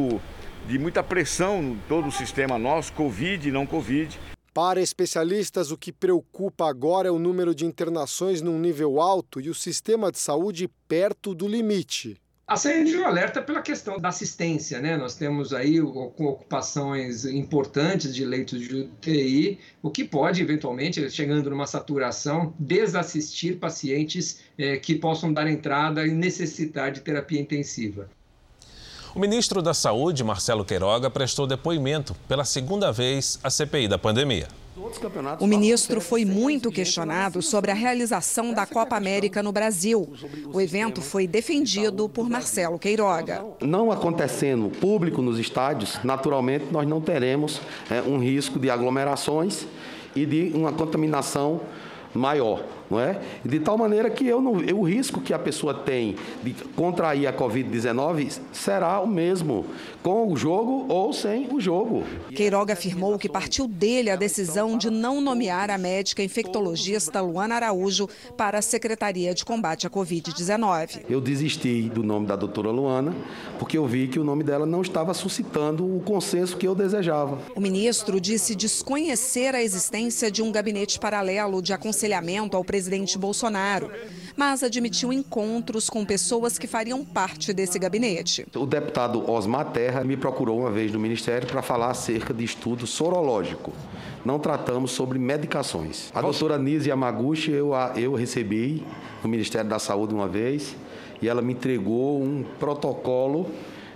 muita pressão em todo o sistema nosso, Covid e não Covid. Para especialistas, o que preocupa agora é o número de internações num nível alto e o sistema de saúde perto do limite. A CNJ alerta pela questão da assistência, né? Nós temos aí com ocupações importantes de leitos de UTI, o que pode, eventualmente, chegando numa saturação, desassistir pacientes que possam dar entrada e necessitar de terapia intensiva. O ministro da Saúde, Marcelo Queiroga, prestou depoimento pela segunda vez à CPI da pandemia. O ministro foi muito questionado sobre a realização da Copa América no Brasil. O evento foi defendido por Marcelo Queiroga. Não acontecendo público nos estádios, naturalmente nós não teremos um risco de aglomerações e de uma contaminação maior, não é? De tal maneira que o risco que a pessoa tem de contrair a Covid-19 será o mesmo com o jogo ou sem o jogo. Queiroga afirmou que partiu dele a decisão de não nomear a médica infectologista Luana Araújo para a Secretaria de Combate à Covid-19. Eu desisti do nome da doutora Luana porque eu vi que o nome dela não estava suscitando o consenso que eu desejava. O ministro disse desconhecer a existência de um gabinete paralelo de aconselhamento ao presidente Bolsonaro, mas admitiu encontros com pessoas que fariam parte desse gabinete. O deputado Osmar Terra me procurou uma vez no Ministério para falar acerca de estudo sorológico. Não tratamos sobre medicações. A doutora Nise Yamaguchi eu recebi no Ministério da Saúde uma vez e ela me entregou um protocolo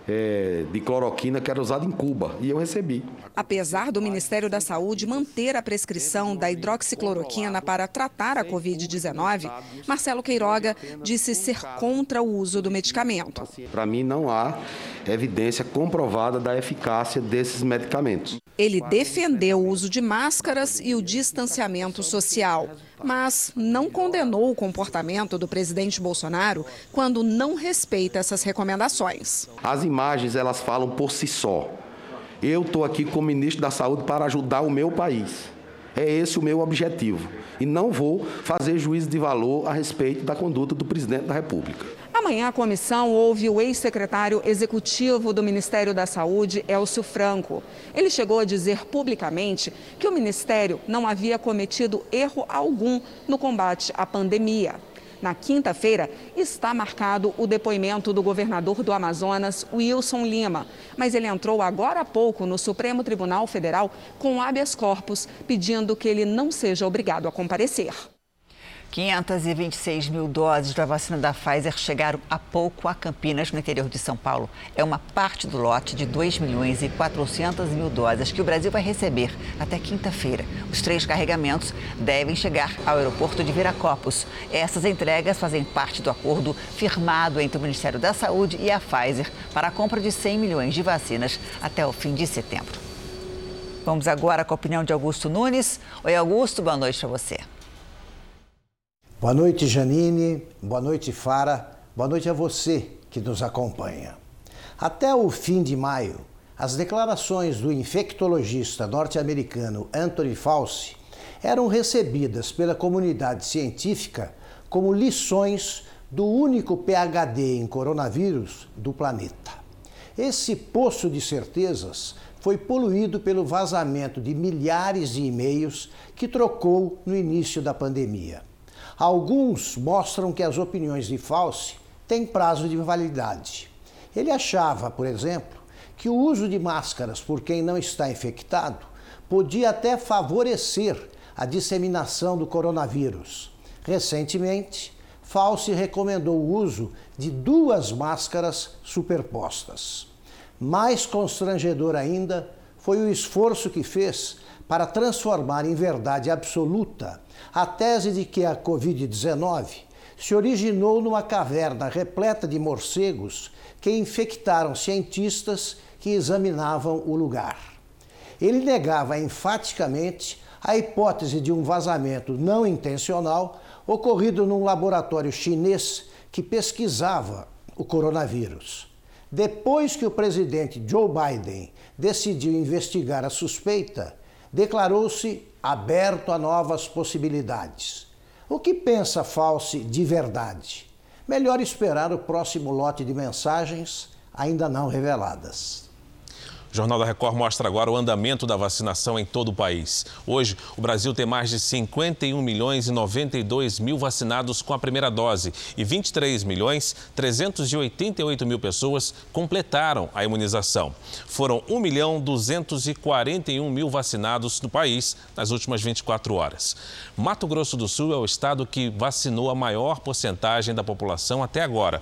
de cloroquina que era usada em Cuba, e eu recebi. Apesar do Ministério da Saúde manter a prescrição da hidroxicloroquina para tratar a Covid-19, Marcelo Queiroga disse ser contra o uso do medicamento. Para mim, não há evidência comprovada da eficácia desses medicamentos. Ele defendeu o uso de máscaras e o distanciamento social, mas não condenou o comportamento do presidente Bolsonaro quando não respeita essas recomendações. As imagens, elas falam por si só. Eu estou aqui como ministro da Saúde para ajudar o meu país. É esse o meu objetivo. E não vou fazer juízo de valor a respeito da conduta do presidente da República. Amanhã a comissão ouve o ex-secretário executivo do Ministério da Saúde, Elcio Franco. Ele chegou a dizer publicamente que o Ministério não havia cometido erro algum no combate à pandemia. Na quinta-feira, está marcado o depoimento do governador do Amazonas, Wilson Lima. Mas ele entrou agora há pouco no Supremo Tribunal Federal com habeas corpus, pedindo que ele não seja obrigado a comparecer. 526 mil doses da vacina da Pfizer chegaram há pouco a Campinas, no interior de São Paulo. É uma parte do lote de 2.400.000 doses que o Brasil vai receber até quinta-feira. Os 3 carregamentos devem chegar ao aeroporto de Viracopos. Essas entregas fazem parte do acordo firmado entre o Ministério da Saúde e a Pfizer para a compra de 100 milhões de vacinas até o fim de setembro. Vamos agora com a opinião de Augusto Nunes. Oi, Augusto, boa noite para você. Boa noite, Janine. Boa noite, Fara. Boa noite a você que nos acompanha. Até o fim de maio, as declarações do infectologista norte-americano Anthony Fauci eram recebidas pela comunidade científica como lições do único PhD em coronavírus do planeta. Esse poço de certezas foi poluído pelo vazamento de milhares de e-mails que trocou no início da pandemia. Alguns mostram que as opiniões de Fauci têm prazo de validade. Ele achava, por exemplo, que o uso de máscaras por quem não está infectado podia até favorecer a disseminação do coronavírus. Recentemente, Fauci recomendou o uso de 2 máscaras superpostas. Mais constrangedor ainda foi o esforço que fez para transformar em verdade absoluta a tese de que a Covid-19 se originou numa caverna repleta de morcegos que infectaram cientistas que examinavam o lugar. Ele negava enfaticamente a hipótese de um vazamento não intencional ocorrido num laboratório chinês que pesquisava o coronavírus. Depois que o presidente Joe Biden decidiu investigar a suspeita, declarou-se aberto a novas possibilidades. O que pensa Fauci de verdade? Melhor esperar o próximo lote de mensagens ainda não reveladas. O Jornal da Record mostra agora o andamento da vacinação em todo o país. Hoje, o Brasil tem mais de 51 milhões e 92 mil vacinados com a primeira dose e 23 milhões 388 mil pessoas completaram a imunização. Foram 1 milhão 241 mil vacinados no país nas últimas 24 horas. Mato Grosso do Sul é o estado que vacinou a maior porcentagem da população até agora,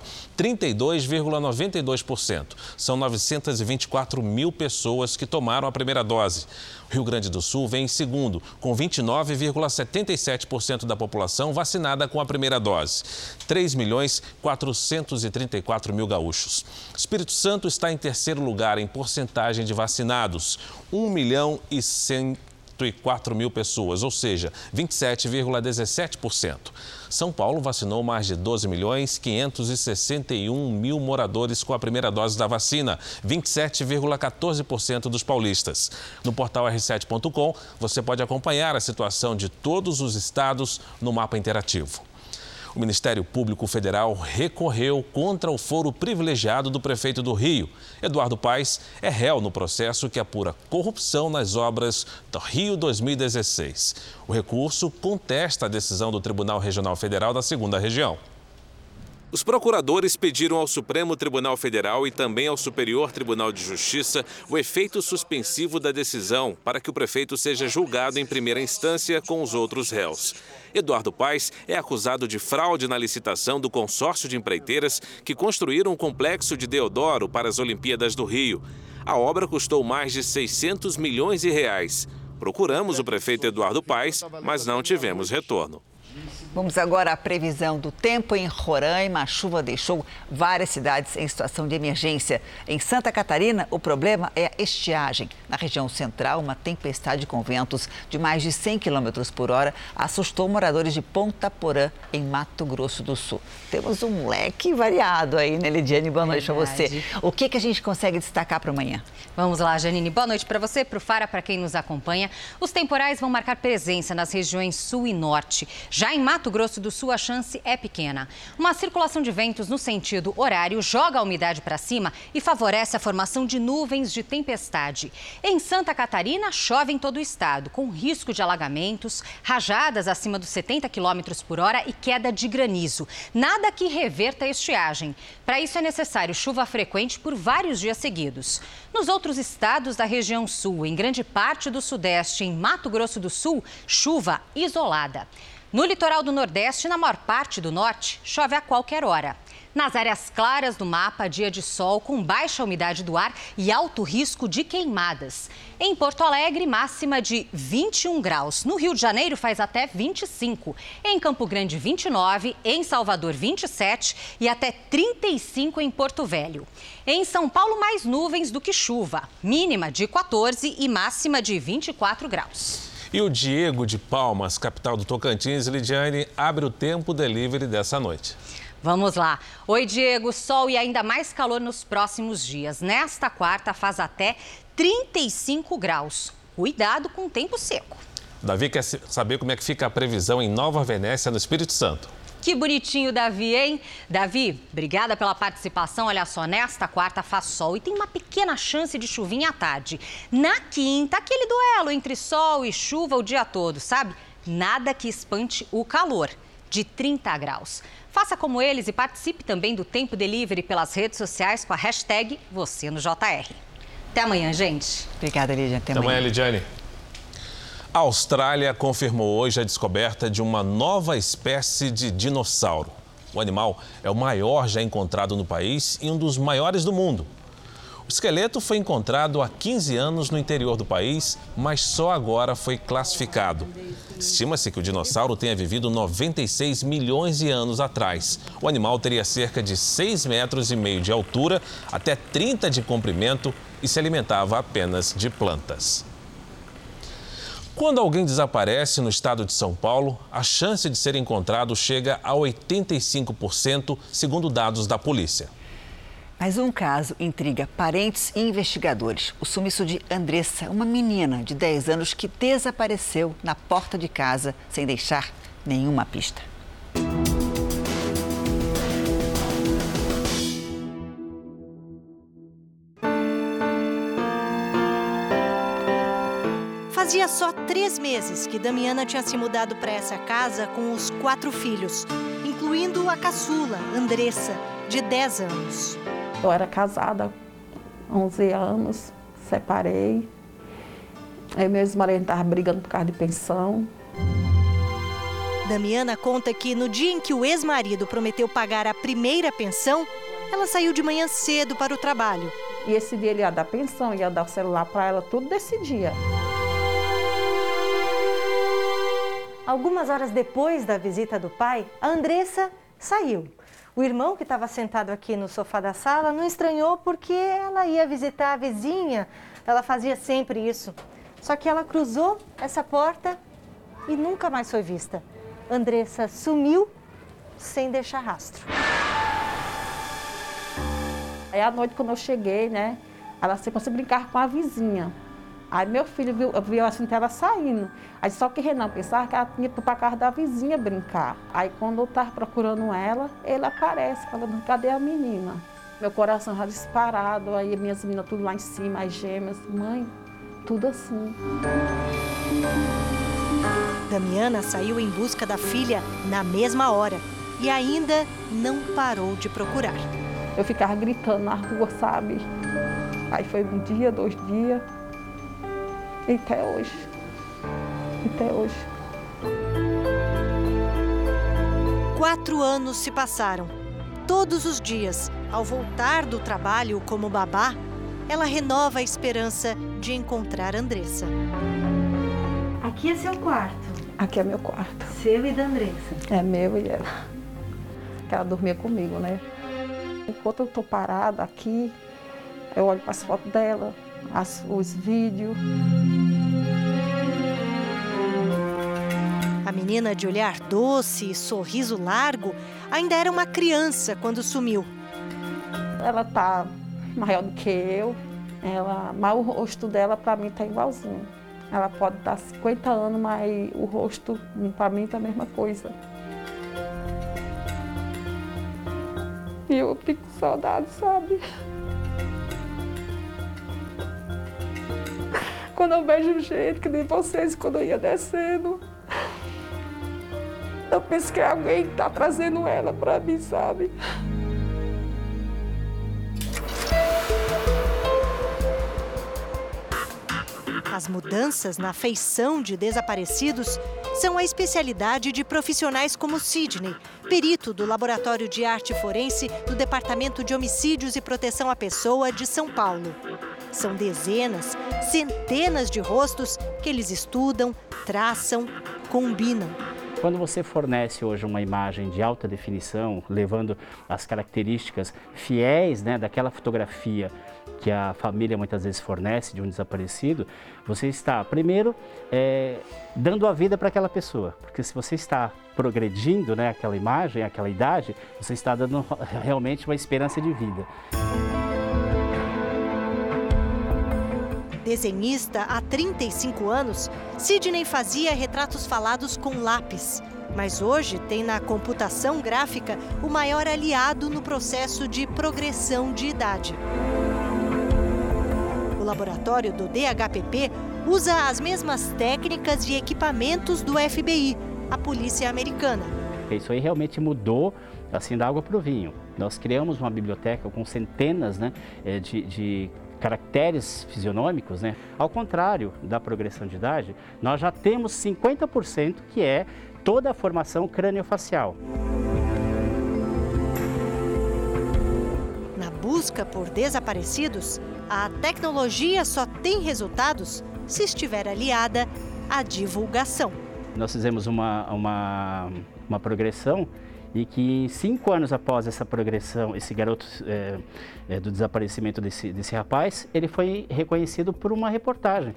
32,92%. São 924 mil pessoas que tomaram a primeira dose. O Rio Grande do Sul vem em segundo, com 29,77% da população vacinada com a primeira dose. 3 milhões 434 mil gaúchos. Espírito Santo está em terceiro lugar em porcentagem de vacinados, 1 milhão e 104 mil pessoas, ou seja, 27,17%. São Paulo vacinou mais de 12 milhões 561 mil moradores com a primeira dose da vacina, 27,14% dos paulistas. No portal r7.com, você pode acompanhar a situação de todos os estados no mapa interativo. O Ministério Público Federal recorreu contra o foro privilegiado do prefeito do Rio. Eduardo Paes é réu no processo que apura corrupção nas obras do Rio 2016. O recurso contesta a decisão do Tribunal Regional Federal da 2ª Região. Os procuradores pediram ao Supremo Tribunal Federal e também ao Superior Tribunal de Justiça o efeito suspensivo da decisão para que o prefeito seja julgado em primeira instância com os outros réus. Eduardo Paes é acusado de fraude na licitação do consórcio de empreiteiras que construíram o complexo de Deodoro para as Olimpíadas do Rio. A obra custou mais de 600 milhões de reais. Procuramos o prefeito Eduardo Paes, mas não tivemos retorno. Vamos agora à previsão do tempo em Roraima. A chuva deixou várias cidades em situação de emergência. Em Santa Catarina, o problema é a estiagem. Na região central, uma tempestade com ventos de mais de 100 km por hora assustou moradores de Ponta Porã, em Mato Grosso do Sul. Temos um leque variado aí, né, Lidiane? Boa noite para você. O que a gente consegue destacar para amanhã? Vamos lá, Janine. Boa noite para você, para o Fara, para quem nos acompanha. Os temporais vão marcar presença nas regiões sul e norte. Já em Mato Grosso do Sul, a chance é pequena. Uma circulação de ventos no sentido horário joga a umidade para cima e favorece a formação de nuvens de tempestade. Em Santa Catarina, chove em todo o estado, com risco de alagamentos, rajadas acima dos 70 km por hora e queda de granizo. Nada que reverta a estiagem. Para isso é necessário chuva frequente por vários dias seguidos. Nos outros estados da região sul, em grande parte do sudeste e em Mato Grosso do Sul, chuva isolada. No litoral do Nordeste e na maior parte do Norte, chove a qualquer hora. Nas áreas claras do mapa, dia de sol com baixa umidade do ar e alto risco de queimadas. Em Porto Alegre, máxima de 21 graus. No Rio de Janeiro, faz até 25. Em Campo Grande, 29. Em Salvador, 27. E até 35 em Porto Velho. Em São Paulo, mais nuvens do que chuva. Mínima de 14 e máxima de 24 graus. E o Diego de Palmas, capital do Tocantins, Lidiane, abre o Tempo Delivery dessa noite. Vamos lá. Oi, Diego. Sol e ainda mais calor nos próximos dias. Nesta quarta faz até 35 graus. Cuidado com o tempo seco. Davi quer saber como é que fica a previsão em Nova Venécia, no Espírito Santo. Que bonitinho, Davi, hein? Davi, obrigada pela participação. Olha só, nesta quarta faz sol e tem uma pequena chance de chuvinha à tarde. Na quinta, aquele duelo entre sol e chuva o dia todo, sabe? Nada que espante o calor, de 30 graus. Faça como eles e participe também do Tempo Delivery pelas redes sociais com a hashtag #VocêNoJR. Até amanhã, gente. Obrigada, Lidiane. Até amanhã, Lidiane. A Austrália confirmou hoje a descoberta de uma nova espécie de dinossauro. O animal é o maior já encontrado no país e um dos maiores do mundo. O esqueleto foi encontrado há 15 anos no interior do país, mas só agora foi classificado. Estima-se que o dinossauro tenha vivido 96 milhões de anos atrás. O animal teria cerca de 6,5 metros de altura, até 30 de comprimento e se alimentava apenas de plantas. Quando alguém desaparece no estado de São Paulo, a chance de ser encontrado chega a 85%, segundo dados da polícia. Mas um caso intriga parentes e investigadores. O sumiço de Andressa, uma menina de 10 anos que desapareceu na porta de casa sem deixar nenhuma pista. Fazia só 3 meses que Damiana tinha se mudado para essa casa com os 4 filhos, incluindo a caçula, Andressa, de 10 anos. Eu era casada há 11 anos, separei. Aí meu ex-marido estava brigando por causa de pensão. Damiana conta que no dia em que o ex-marido prometeu pagar a primeira pensão, ela saiu de manhã cedo para o trabalho. E esse dia ele ia dar pensão, ia dar o celular para ela, tudo desse dia. Algumas horas depois da visita do pai, a Andressa saiu. O irmão, que estava sentado aqui no sofá da sala, não estranhou porque ela ia visitar a vizinha. Ela fazia sempre isso. Só que ela cruzou essa porta e nunca mais foi vista. Andressa sumiu sem deixar rastro. Aí à noite, quando eu cheguei, né, ela se conseguiu brincar com a vizinha. Aí meu filho viu assim, ela saindo. Aí só que Renan pensava que ela tinha ido para a casa da vizinha brincar. Aí quando eu estava procurando ela, ele aparece, falando, cadê a menina? Meu coração já disparado, aí minhas meninas tudo lá em cima, as gêmeas, mãe, tudo assim. Damiana saiu em busca da filha na mesma hora. e ainda não parou de procurar. Eu ficava gritando na rua, sabe? Aí foi um dia, 2 dias, e até hoje. Até hoje. 4 anos se passaram. Todos os dias, ao voltar do trabalho como babá, ela renova a esperança de encontrar Andressa. Aqui é seu quarto? Aqui é meu quarto. Seu e da Andressa? É meu e ela. Que ela dormia comigo, né? Enquanto eu tô parada aqui, eu olho para as fotos dela, os vídeos. A menina de olhar doce e sorriso largo ainda era uma criança quando sumiu. Ela tá maior do que eu, mas o rosto dela para mim tá igualzinho. Ela pode estar 50 anos, mas o rosto para mim tá a mesma coisa. E eu fico com saudade, sabe? Quando eu vejo o jeito que nem vocês, quando eu ia descendo, eu penso que alguém está trazendo ela para mim, sabe? As mudanças na feição de desaparecidos são a especialidade de profissionais como Sidney, perito do Laboratório de Arte Forense do Departamento de Homicídios e Proteção à Pessoa de São Paulo. São dezenas, centenas de rostos que eles estudam, traçam, combinam. Quando você fornece hoje uma imagem de alta definição, levando as características fiéis, né, daquela fotografia que a família muitas vezes fornece de um desaparecido, você está, primeiro, dando a vida para aquela pessoa. Porque se você está progredindo, né, aquela imagem, aquela idade, você está dando realmente uma esperança de vida. Desenhista há 35 anos, Sidney fazia retratos falados com lápis. Mas hoje tem na computação gráfica o maior aliado no processo de progressão de idade. O laboratório do DHPP usa as mesmas técnicas e equipamentos do FBI, a polícia americana. Isso aí realmente mudou, assim, da água para o vinho. Nós criamos uma biblioteca com centenas, né, de caracteres fisionômicos, né? Ao contrário da progressão de idade, nós já temos 50% que é toda a formação crâniofacial. Na busca por desaparecidos, a tecnologia só tem resultados se estiver aliada à divulgação. Nós fizemos uma progressão e que 5 anos após essa progressão, esse garoto do desaparecimento desse rapaz, ele foi reconhecido por uma reportagem.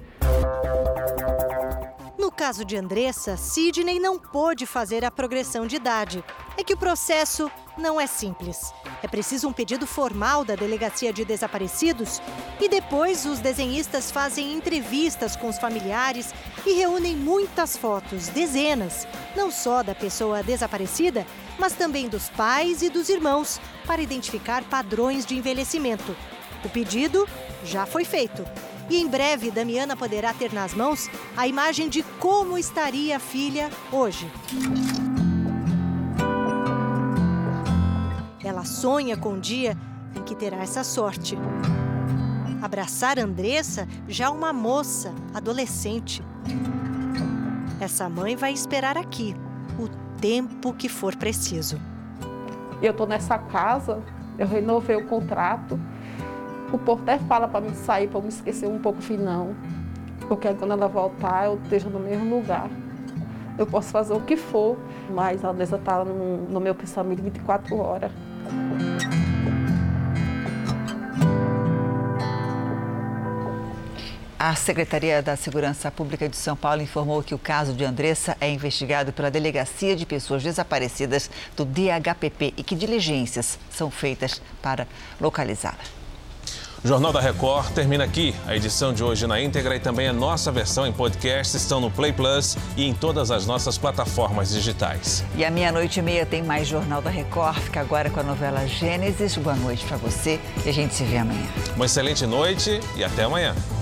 No caso de Andressa, Sidney não pôde fazer a progressão de idade. É que o processo não é simples. É preciso um pedido formal da Delegacia de Desaparecidos e depois os desenhistas fazem entrevistas com os familiares e reúnem muitas fotos, dezenas, não só da pessoa desaparecida, mas também dos pais e dos irmãos, para identificar padrões de envelhecimento. O pedido já foi feito. E em breve, Damiana poderá ter nas mãos a imagem de como estaria a filha hoje. Ela sonha com um dia em que terá essa sorte. Abraçar Andressa, já uma moça, adolescente. Essa mãe vai esperar aqui o tempo que for preciso. Eu estou nessa casa, eu renovei o contrato. O povo até fala para mim sair, para eu me esquecer um pouco, não. Porque quando ela voltar, eu esteja no mesmo lugar. Eu posso fazer o que for, mas a Andressa está no meu pensamento 24 horas. A Secretaria da Segurança Pública de São Paulo informou que o caso de Andressa é investigado pela Delegacia de Pessoas Desaparecidas do DHPP e que diligências são feitas para localizá-la. O Jornal da Record termina aqui. A edição de hoje na íntegra e também a nossa versão em podcast estão no Play Plus e em todas as nossas plataformas digitais. E à 00:30 tem mais Jornal da Record. Fica agora com a novela Gênesis. Boa noite para você e a gente se vê amanhã. Uma excelente noite e até amanhã.